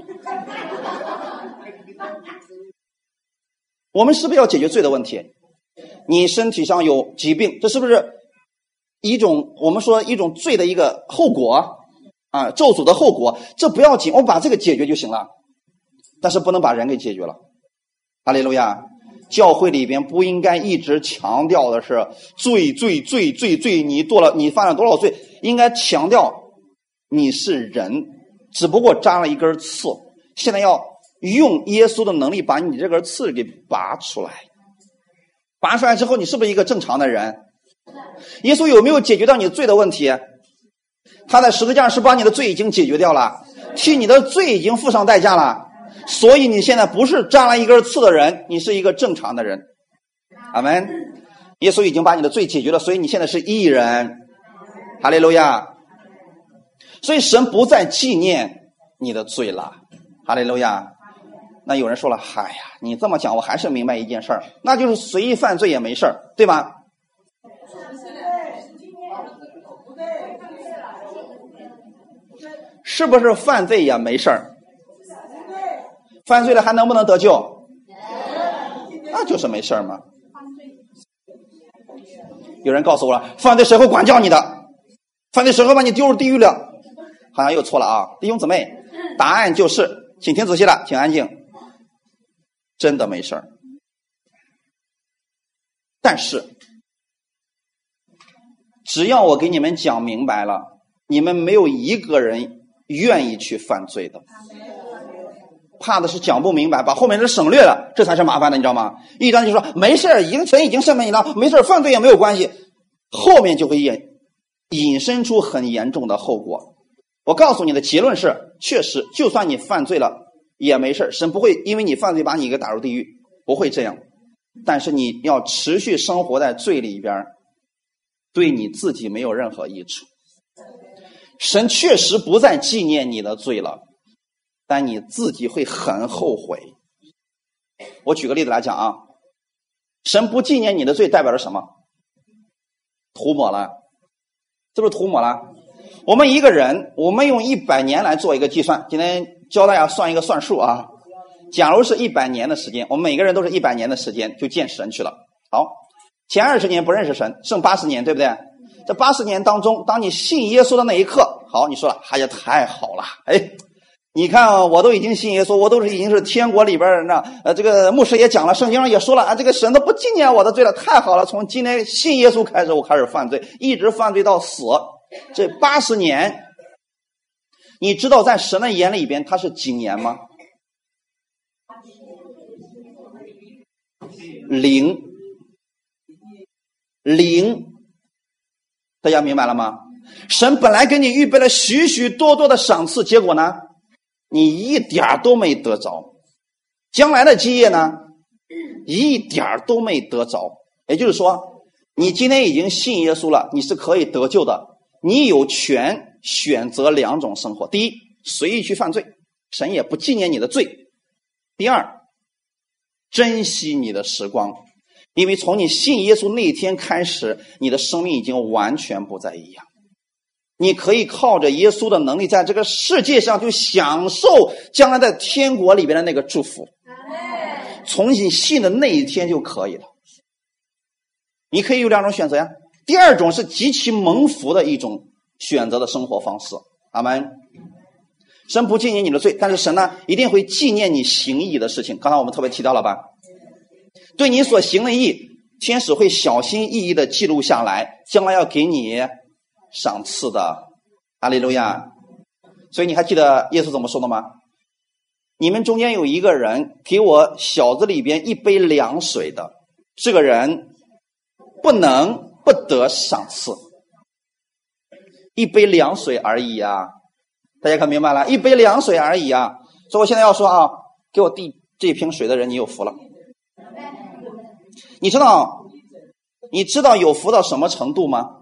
A: 我们是不是要解决罪的问题？你身体上有疾病，这是不是一种我们说一种罪的一个后果啊？咒诅的后果，这不要紧，我把这个解决就行了，但是不能把人给解决了。哈利路亚！教会里边不应该一直强调的是罪罪罪罪罪，你多了你犯了多少罪，应该强调你是人，只不过扎了一根刺，现在要用耶稣的能力把你这根刺给拔出来。拔出来之后，你是不是一个正常的人？耶稣有没有解决掉你罪的问题？他在十字架上是把你的罪已经解决掉了，替你的罪已经付上代价了，所以你现在不是扎了一根刺的人，你是一个正常的人。阿们。耶稣已经把你的罪解决了，所以你现在是义人。哈利路亚。所以神不再纪念你的罪了。哈利路亚。那有人说了，嗨呀，你这么讲我还是明白一件事儿，那就是随意犯罪也没事儿，对吧？是不是犯罪也没事儿？犯罪了还能不能得救？那就是没事儿嘛。有人告诉我了，犯罪谁会管教你的？犯罪谁会把你丢入地狱了？好像又错了啊！弟兄姊妹，答案就是，请听仔细了，请安静。 真的没事儿。但是只要我给你们讲明白了，你们没有一个人愿意去犯罪的。怕的是讲不明白，把后面的省略了，这才是麻烦的，你知道吗？一张就说没事，已经神已经赦免你了，没事，犯罪也没有关系，后面就会引引申出很严重的后果。我告诉你的结论是，确实就算你犯罪了也没事，神不会因为你犯罪把你给打入地狱，不会这样。但是你要持续生活在罪里边，对你自己没有任何益处。神确实不再纪念你的罪了，但你自己会很后悔。我举个例子来讲啊，神不纪念你的罪代表着什么？涂抹了，是不是涂抹了？我们一个人，我们用一百年来做一个计算，今天教大家算一个算数啊。假如是一百年的时间，我们每个人都是一百年的时间就见神去了。好，前二十年不认识神，剩八十年，对不对？这八十年当中，当你信耶稣的那一刻，好，你说了，哎呀，太好了，哎。你看啊，我都已经信耶稣，我都是已经是天国里边人了。呃，这个牧师也讲了，圣经上也说了啊，这个神都不纪念我的罪了，太好了！从今天信耶稣开始，我开始犯罪，一直犯罪到死，这八十年，你知道在神的眼里边，他是几年吗？零，零，大家明白了吗？神本来给你预备了许许多多的赏赐，结果呢？你一点都没得着，将来的基业呢，一点都没得着。也就是说，你今天已经信耶稣了，你是可以得救的。你有权选择两种生活：第一，随意去犯罪，神也不纪念你的罪；第二，珍惜你的时光，因为从你信耶稣那一天开始，你的生命已经完全不再一样。你可以靠着耶稣的能力，在这个世界上就享受将来在天国里边的那个祝福。从你信的那一天就可以了。你可以有两种选择呀。第二种是极其蒙福的一种选择的生活方式。阿们。神不纪念你的罪，但是神呢，一定会纪念你行义的事情。刚才我们特别提到了吧？对你所行的义，天使会小心翼翼的记录下来，将来要给你赏赐的。哈利路亚。所以你还记得耶稣怎么说的吗？你们中间有一个人给我小子里边一杯凉水的，这个人不能不得赏赐。一杯凉水而已啊，大家可明白了？一杯凉水而已啊。所以我现在要说啊，给我递这瓶水的人，你有福了。你知道你知道有福到什么程度吗？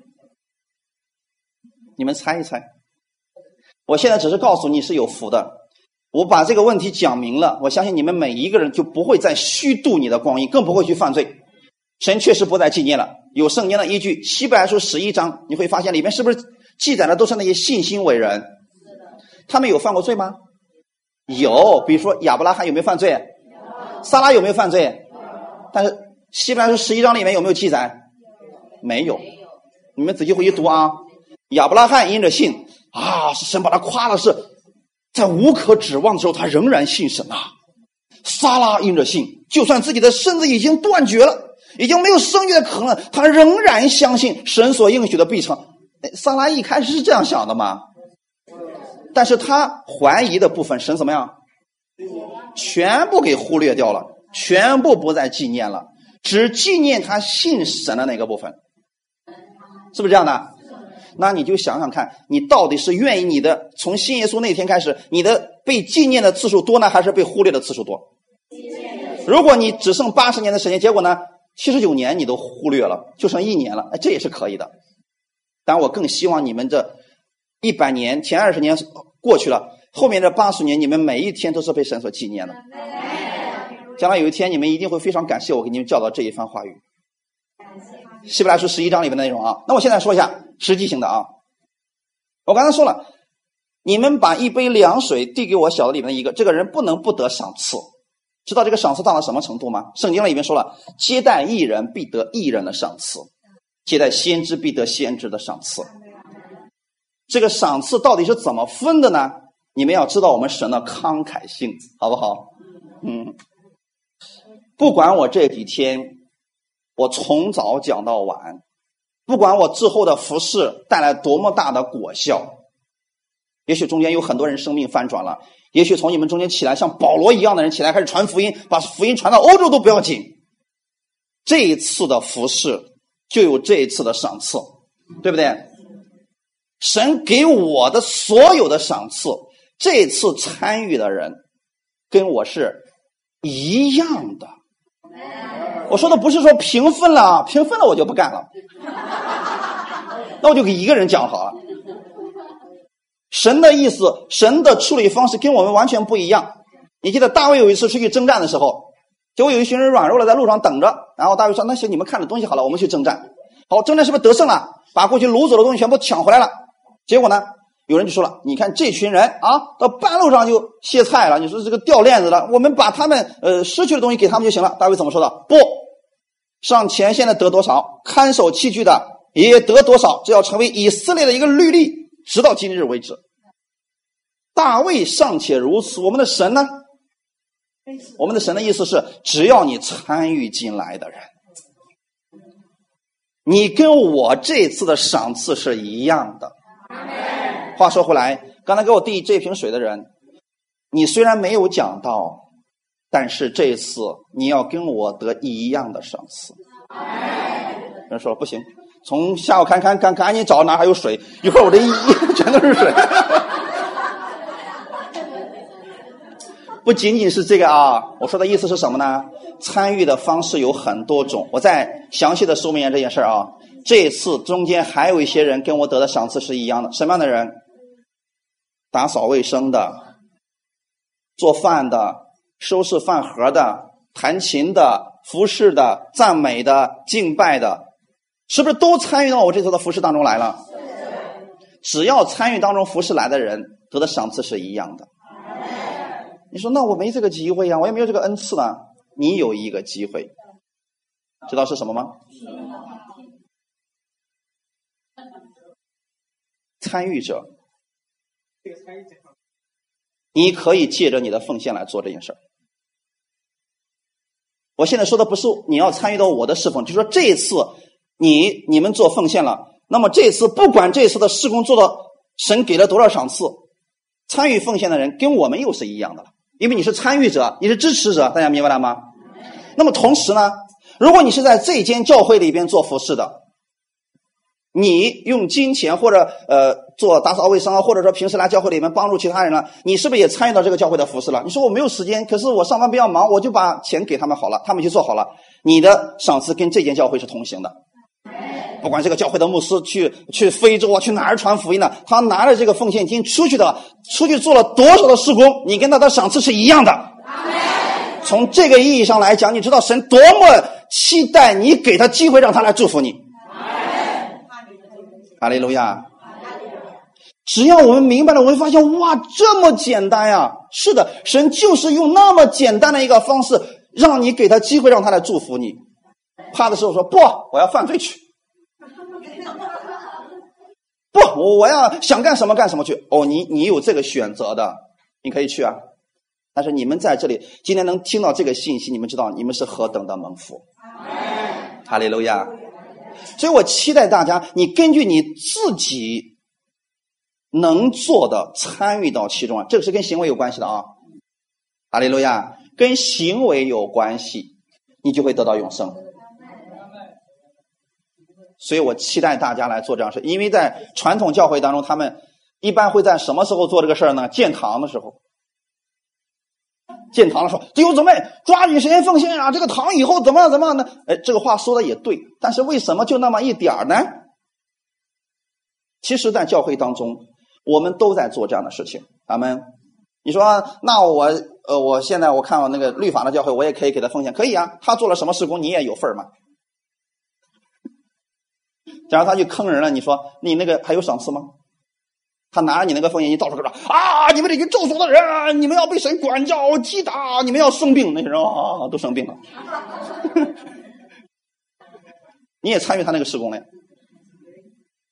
A: 你们猜一猜。我现在只是告诉你是有福的，我把这个问题讲明了，我相信你们每一个人就不会再虚度你的光阴，更不会去犯罪。神确实不再纪念了，有圣经的依据，希伯来书十一章，你会发现里面是不是记载的都是那些信心伟人？他们有犯过罪吗？有，比如说亚伯拉罕有没有犯罪？撒拉有没有犯罪？但是希伯来书十一章里面有没有记载？没有。你们仔细回去读啊。亚伯拉罕因着信啊，神把他夸了，是在无可指望的时候他仍然信神啊。撒拉因着信，就算自己的身子已经断绝了，已经没有生育的可能，他仍然相信神所应许的必成。撒拉一开始是这样想的吗？但是他怀疑的部分，神怎么样？全部给忽略掉了，全部不再纪念了，只纪念他信神的那个部分。是不是这样的？那你就想想看，你到底是愿意你的从信耶稣那天开始，你的被纪念的次数多呢，还是被忽略的次数多？如果你只剩八十年的时间，结果呢七十九年你都忽略了，就剩一年了，哎，这也是可以的。但我更希望你们这一百年前二十年过去了，后面这八十年你们每一天都是被神所纪念的。将来有一天你们一定会非常感谢我给你们教导这一番话语。希伯来书十一章里面的内容啊，那我现在说一下实际性的啊。我刚才说了，你们把一杯凉水递给我小子里面的一个，这个人不能不得赏赐。知道这个赏赐到了什么程度吗？圣经里面说了，接待义人必得义人的赏赐，接待先知必得先知的赏赐。这个赏赐到底是怎么分的呢？你们要知道我们神的慷慨性，好不好？嗯， 不管我这几天我从早讲到晚，不管我之后的服事带来多么大的果效，也许中间有很多人生命翻转了，也许从你们中间起来像保罗一样的人起来开始传福音，把福音传到欧洲都不要紧，这一次的服事就有这一次的赏赐，对不对？神给我的所有的赏赐，这一次参与的人跟我是一样的。我说的不是说平分了，平分了我就不干了，那我就给一个人讲好了。神的意思，神的处理方式跟我们完全不一样。你记得大卫有一次出去征战的时候，结果有一群人软弱了，在路上等着，然后大卫说，那行，你们看着东西好了，我们去征战。好，征战是不是得胜了？把过去掳走的东西全部抢回来了。结果呢，有人就说了，你看这群人啊，到半路上就歇菜了，你说这个掉链子了，我们把他们呃失去的东西给他们就行了。大卫怎么说的？不，上前线的得多少，看守器具的也得多少，这要成为以色列的一个律例，直到今日为止。大卫尚且如此，我们的神呢？我们的神的意思是，只要你参与进来的人，你跟我这次的赏赐是一样的。话说回来，刚才给我递这瓶水的人，你虽然没有讲到，但是这次你要跟我得一样的赏赐。有人说了，不行，从下午看看看赶紧找哪还有水，一会儿我这一一全都是水。不仅仅是这个啊，我说的意思是什么呢？参与的方式有很多种，我再详细的说明一下这件事啊。这次中间还有一些人跟我得的赏赐是一样的，什么样的人？打扫卫生的，做饭的，收拾饭盒的，弹琴的，服侍的，赞美的，敬拜的，是不是都参与到我这次的服侍当中来了？只要参与当中服侍来的人，得的赏赐是一样的。你说那我没这个机会呀、啊，我也没有这个恩赐啊。你有一个机会，知道是什么吗？参与者。你可以借着你的奉献来做这件事儿。我现在说的不是你要参与到我的侍奉，就是说这一次你你们做奉献了，那么这次不管这次的事工做到神给了多少赏赐，参与奉献的人跟我们又是一样的了。因为你是参与者，你是支持者，大家明白了吗？那么同时呢，如果你是在这间教会里边做服侍的，你用金钱或者呃做打扫卫生啊，或者说平时来教会里面帮助其他人了，你是不是也参与到这个教会的服侍了？你说我没有时间，可是我上班比较忙，我就把钱给他们好了，他们去做好了，你的赏赐跟这间教会是同行的。不管这个教会的牧师去去非洲啊，去哪儿传福音呢？他拿着这个奉献金出去的，出去做了多少的事工，你跟他的赏赐是一样的。从这个意义上来讲，你知道神多么期待你给他机会，让他来祝福你。哈利路亚！只要我们明白了，我会发现哇，这么简单呀！是的，神就是用那么简单的一个方式，让你给他机会，让他来祝福你。怕的时候说不，我要犯罪去。不，我我要想干什么干什么去。哦，你你有这个选择的，你可以去啊。但是你们在这里今天能听到这个信息，你们知道你们是何等的蒙福。哈利路亚！所以我期待大家，你根据你自己能做的参与到其中啊，这个是跟行为有关系的啊。哈利路亚，跟行为有关系，你就会得到永生。所以我期待大家来做这样的事，因为在传统教会当中，他们一般会在什么时候做这个事儿呢？建堂的时候。建堂的时候，弟兄姊妹抓紧时间奉献啊！这个堂以后怎么样怎么样呢？哎，这个话说的也对，但是为什么就那么一点呢？其实在教会当中，我们都在做这样的事情。阿们。你说那我呃，我现在我看我那个律法的教会，我也可以给他奉献，可以啊。他做了什么事工，你也有份嘛。假如他去坑人了，你说你那个还有赏赐吗？他拿着你那个奉献，你到处跟说啊，你们这些咒诅的人，你们要被神管教击打，你们要生病，那些人啊都生病了。你也参与他那个事工了，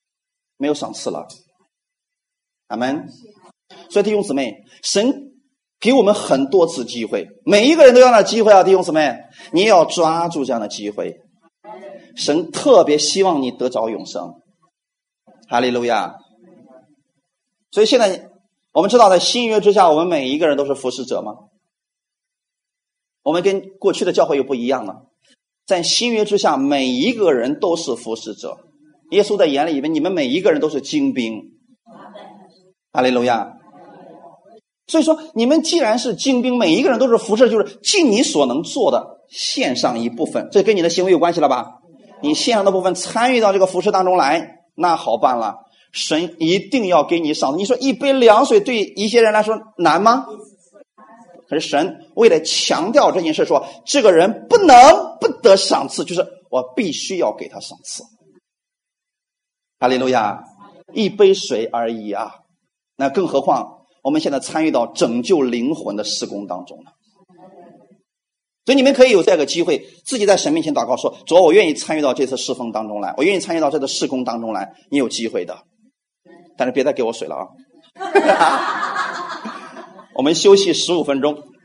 A: 没有赏赐了。阿们。所以弟兄姊妹，神给我们很多次机会，每一个人都要那机会啊，弟兄姊妹，你也要抓住这样的机会。神特别希望你得着永生，哈利路亚。所以现在我们知道，在新约之下，我们每一个人都是服侍者吗？我们跟过去的教会又不一样了，在新约之下，每一个人都是服侍者。耶稣的眼里面，你们每一个人都是精兵，哈利路亚。所以说，你们既然是精兵，每一个人都是服侍，就是尽你所能做的，献上一部分，这跟你的行为有关系了吧？你献上的部分参与到这个服侍当中来，那好办了，神一定要给你赏。你说一杯凉水对一些人来说难吗？可是神为了强调这件事说，这个人不能不得赏赐，就是我必须要给他赏赐。哈利路亚，一杯水而已啊，那更何况我们现在参与到拯救灵魂的事工当中了。所以你们可以有这个机会，自己在神面前祷告说，主啊，我愿意参与到这次侍奉当中来，我愿意参与到这次事工当中来，你有机会的，但是别再给我水了啊。我们休息十五分钟。